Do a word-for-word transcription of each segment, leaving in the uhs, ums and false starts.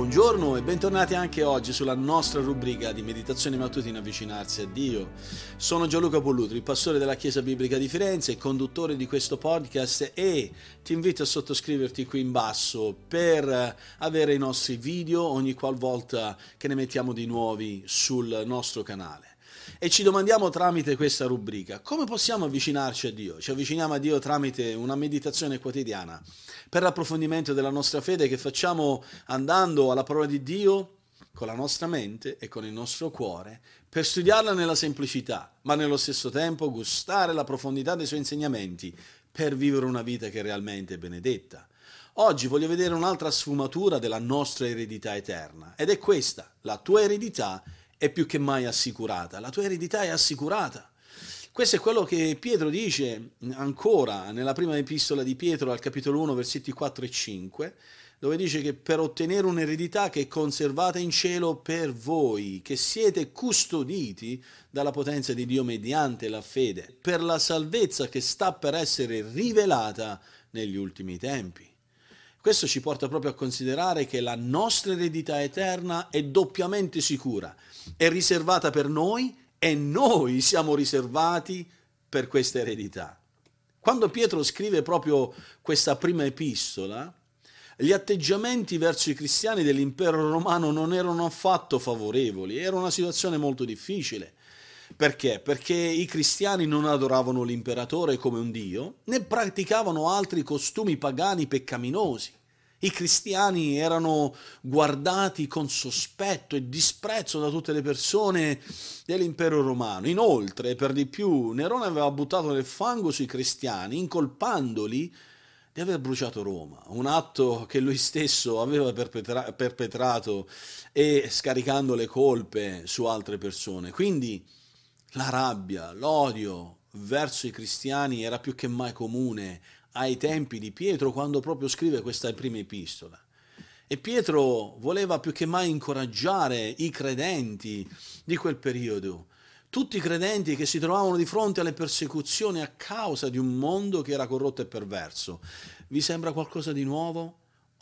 Buongiorno e bentornati anche oggi sulla nostra rubrica di meditazione mattutina Avvicinarsi a Dio. Sono Gianluca Pollutri, il pastore della Chiesa Biblica di Firenze e conduttore di questo podcast, e ti invito a sottoscriverti qui in basso per avere i nostri video ogni qualvolta che ne mettiamo di nuovi sul nostro canale. E ci domandiamo tramite questa rubrica: come possiamo avvicinarci a Dio? Ci avviciniamo a Dio tramite una meditazione quotidiana per l'approfondimento della nostra fede che facciamo andando alla parola di Dio con la nostra mente e con il nostro cuore, per studiarla nella semplicità, ma nello stesso tempo gustare la profondità dei suoi insegnamenti per vivere una vita che è realmente benedetta. Oggi voglio vedere un'altra sfumatura della nostra eredità eterna, ed è questa: la tua eredità è più che mai assicurata. La tua eredità è assicurata. Questo è quello che Pietro dice ancora nella prima epistola di Pietro al capitolo uno, versetti quattro e cinque, dove dice che per ottenere un'eredità che è conservata in cielo per voi, che siete custoditi dalla potenza di Dio mediante la fede, per la salvezza che sta per essere rivelata negli ultimi tempi. Questo ci porta proprio a considerare che la nostra eredità eterna è doppiamente sicura, è riservata per noi e noi siamo riservati per questa eredità. Quando Pietro scrive proprio questa prima epistola, gli atteggiamenti verso i cristiani dell'impero romano non erano affatto favorevoli, era una situazione molto difficile. Perché? Perché i cristiani non adoravano l'imperatore come un dio, né praticavano altri costumi pagani peccaminosi. I cristiani erano guardati con sospetto e disprezzo da tutte le persone dell'impero romano. Inoltre, per di più, Nerone aveva buttato nel fango sui cristiani, incolpandoli di aver bruciato Roma, un atto che lui stesso aveva perpetra- perpetrato e scaricando le colpe su altre persone. Quindi la rabbia, l'odio verso i cristiani era più che mai comune ai tempi di Pietro, quando proprio scrive questa prima epistola. E Pietro voleva più che mai incoraggiare i credenti di quel periodo, tutti i credenti che si trovavano di fronte alle persecuzioni a causa di un mondo che era corrotto e perverso. Vi sembra qualcosa di nuovo?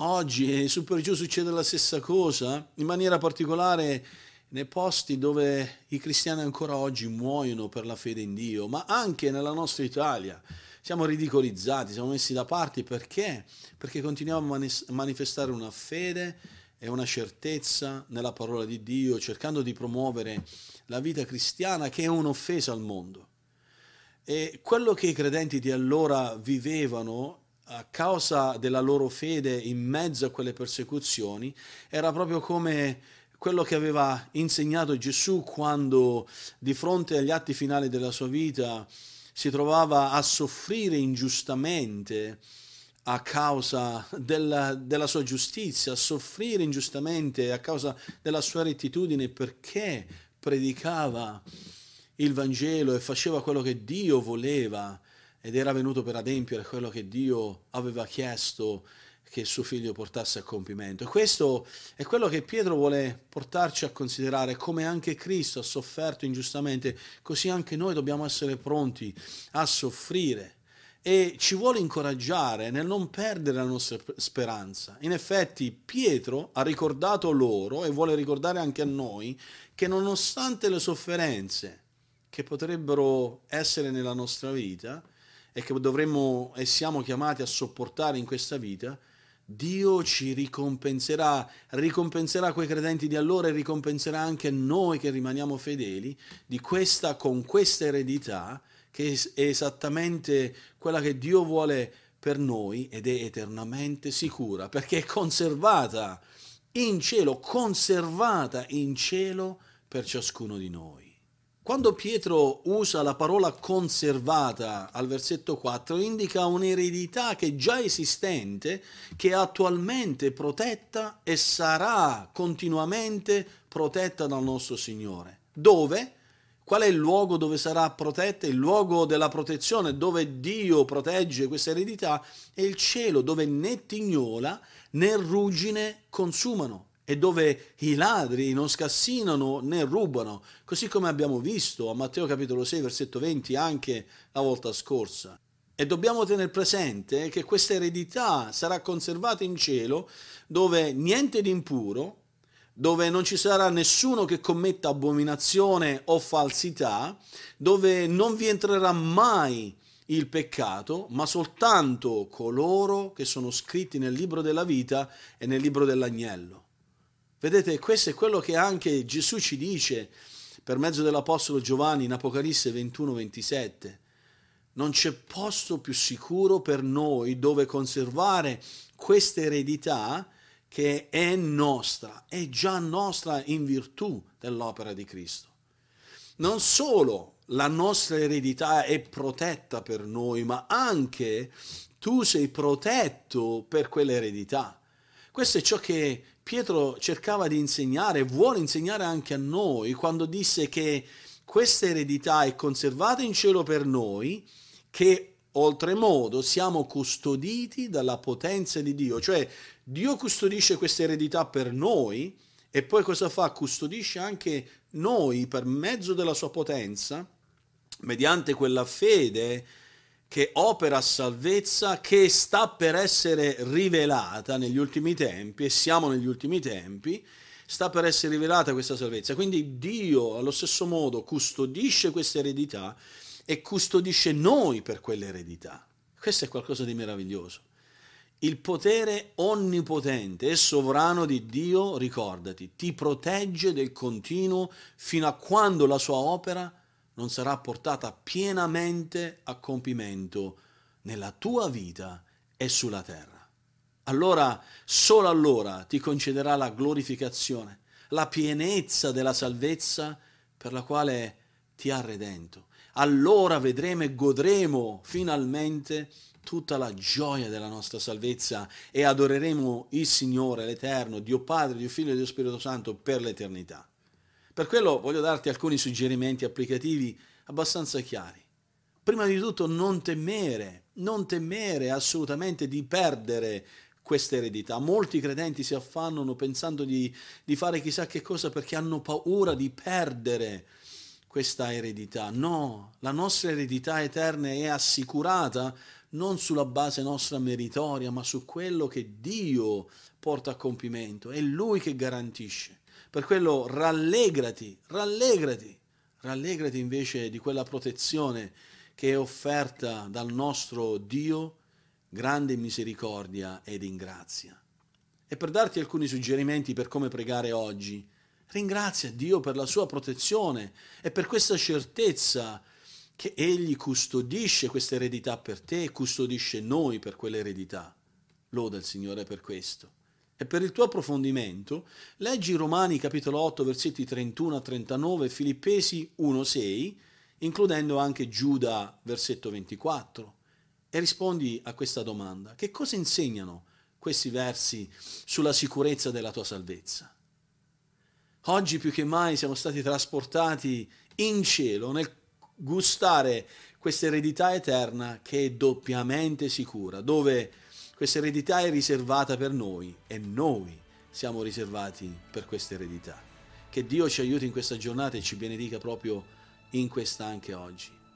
Oggi su per giù succede la stessa cosa, in maniera particolare nei posti dove i cristiani ancora oggi muoiono per la fede in Dio, ma anche nella nostra Italia. Siamo ridicolizzati, siamo messi da parte. Perché? Perché continuiamo a manifestare una fede e una certezza nella parola di Dio, cercando di promuovere la vita cristiana, che è un'offesa al mondo. E quello che i credenti di allora vivevano a causa della loro fede in mezzo a quelle persecuzioni era proprio come quello che aveva insegnato Gesù quando, di fronte agli atti finali della sua vita, si trovava a soffrire ingiustamente a causa della, della sua giustizia, a soffrire ingiustamente a causa della sua rettitudine, perché predicava il Vangelo e faceva quello che Dio voleva ed era venuto per adempiere quello che Dio aveva chiesto che suo figlio portasse a compimento. E questo è quello che Pietro vuole portarci a considerare: come anche Cristo ha sofferto ingiustamente, così anche noi dobbiamo essere pronti a soffrire. E ci vuole incoraggiare nel non perdere la nostra speranza. In effetti Pietro ha ricordato loro e vuole ricordare anche a noi che nonostante le sofferenze che potrebbero essere nella nostra vita e che dovremmo e siamo chiamati a sopportare in questa vita, Dio ci ricompenserà, ricompenserà quei credenti di allora e ricompenserà anche noi che rimaniamo fedeli di questa, con questa eredità che è esattamente quella che Dio vuole per noi ed è eternamente sicura, perché è conservata in cielo, conservata in cielo per ciascuno di noi. Quando Pietro usa la parola conservata al versetto quattro, indica un'eredità che è già esistente, che è attualmente protetta e sarà continuamente protetta dal nostro Signore. Dove? Qual è il luogo dove sarà protetta? Il luogo della protezione, dove Dio protegge questa eredità, è il cielo, dove né tignola né ruggine consumano, e dove i ladri non scassinano né rubano, così come abbiamo visto a Matteo capitolo sei versetto venti anche la volta scorsa. E dobbiamo tenere presente che questa eredità sarà conservata in cielo, dove niente di impuro, dove non ci sarà nessuno che commetta abominazione o falsità, dove non vi entrerà mai il peccato, ma soltanto coloro che sono scritti nel libro della vita e nel libro dell'agnello. Vedete, questo è quello che anche Gesù ci dice per mezzo dell'Apostolo Giovanni in Apocalisse ventuno ventisette. Non c'è posto più sicuro per noi dove conservare questa eredità che è nostra, è già nostra in virtù dell'opera di Cristo. Non solo la nostra eredità è protetta per noi, ma anche tu sei protetto per quell'eredità. Questo è ciò che Pietro cercava di insegnare, vuole insegnare anche a noi, quando disse che questa eredità è conservata in cielo per noi, che oltremodo siamo custoditi dalla potenza di Dio, cioè Dio custodisce questa eredità per noi e poi cosa fa? Custodisce anche noi per mezzo della sua potenza, mediante quella fede che opera salvezza, che sta per essere rivelata negli ultimi tempi, e siamo negli ultimi tempi, sta per essere rivelata questa salvezza. Quindi Dio allo stesso modo custodisce questa eredità e custodisce noi per quell'eredità. Questo è qualcosa di meraviglioso. Il potere onnipotente e sovrano di Dio, ricordati, ti protegge del continuo fino a quando la sua opera non sarà portata pienamente a compimento nella tua vita e sulla terra. Allora, solo allora ti concederà la glorificazione, la pienezza della salvezza per la quale ti ha redento. Allora vedremo e godremo finalmente tutta la gioia della nostra salvezza e adoreremo il Signore, l'Eterno, Dio Padre, Dio Figlio e Dio Spirito Santo per l'eternità. Per quello voglio darti alcuni suggerimenti applicativi abbastanza chiari. Prima di tutto non temere, non temere assolutamente di perdere questa eredità. Molti credenti si affannano pensando di, di fare chissà che cosa perché hanno paura di perdere questa eredità. No, la nostra eredità eterna è assicurata non sulla base nostra meritoria, ma su quello che Dio porta a compimento. È Lui che garantisce. Per quello rallegrati, rallegrati, rallegrati invece di quella protezione che è offerta dal nostro Dio, grande in misericordia ed in grazia. E per darti alcuni suggerimenti per come pregare oggi, ringrazia Dio per la sua protezione e per questa certezza che Egli custodisce questa eredità per te e custodisce noi per quell'eredità. Loda il Signore per questo. E per il tuo approfondimento, leggi Romani capitolo otto, versetti trentuno a trentanove, Filippesi uno sei, includendo anche Giuda, versetto ventiquattro, e rispondi a questa domanda. Che cosa insegnano questi versi sulla sicurezza della tua salvezza? Oggi più che mai siamo stati trasportati in cielo nel gustare questa eredità eterna che è doppiamente sicura, dove questa eredità è riservata per noi e noi siamo riservati per questa eredità. Che Dio ci aiuti in questa giornata e ci benedica proprio in questa anche oggi.